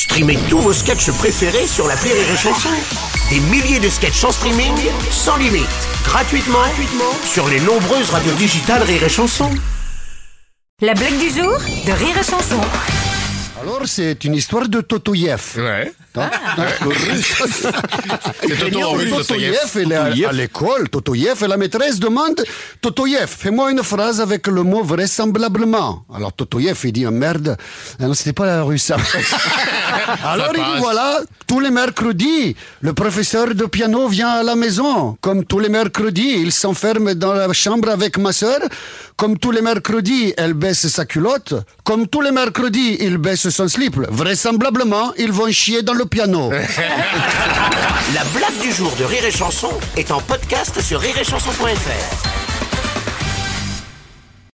Streamez tous vos sketchs préférés sur l'appli Rire et Chanson. Des milliers de sketchs en streaming, sans limite, gratuitement sur les nombreuses radios digitales Rire et Chanson. La blague du jour de Rire et Chanson. Alors, c'est une histoire de Totoyev. Ouais. C'est Totoyev, elle est à l'école. Totoyev, et la maîtresse demande Totoyev, fais-moi une phrase avec le mot vraisemblablement. Alors, Totoyev, il dit merde. Non, c'était pas la rue, ça. Alors, il dit voilà, tous les mercredis, le professeur de piano vient à la maison. Comme tous les mercredis, il s'enferme dans la chambre avec ma sœur. Comme tous les mercredis, elle baisse sa culotte. Comme tous les mercredis, il baisse son slip. Vraisemblablement, ils vont chier dans le piano. La blague du jour de Rire et Chanson est en podcast sur rireetchanson.fr.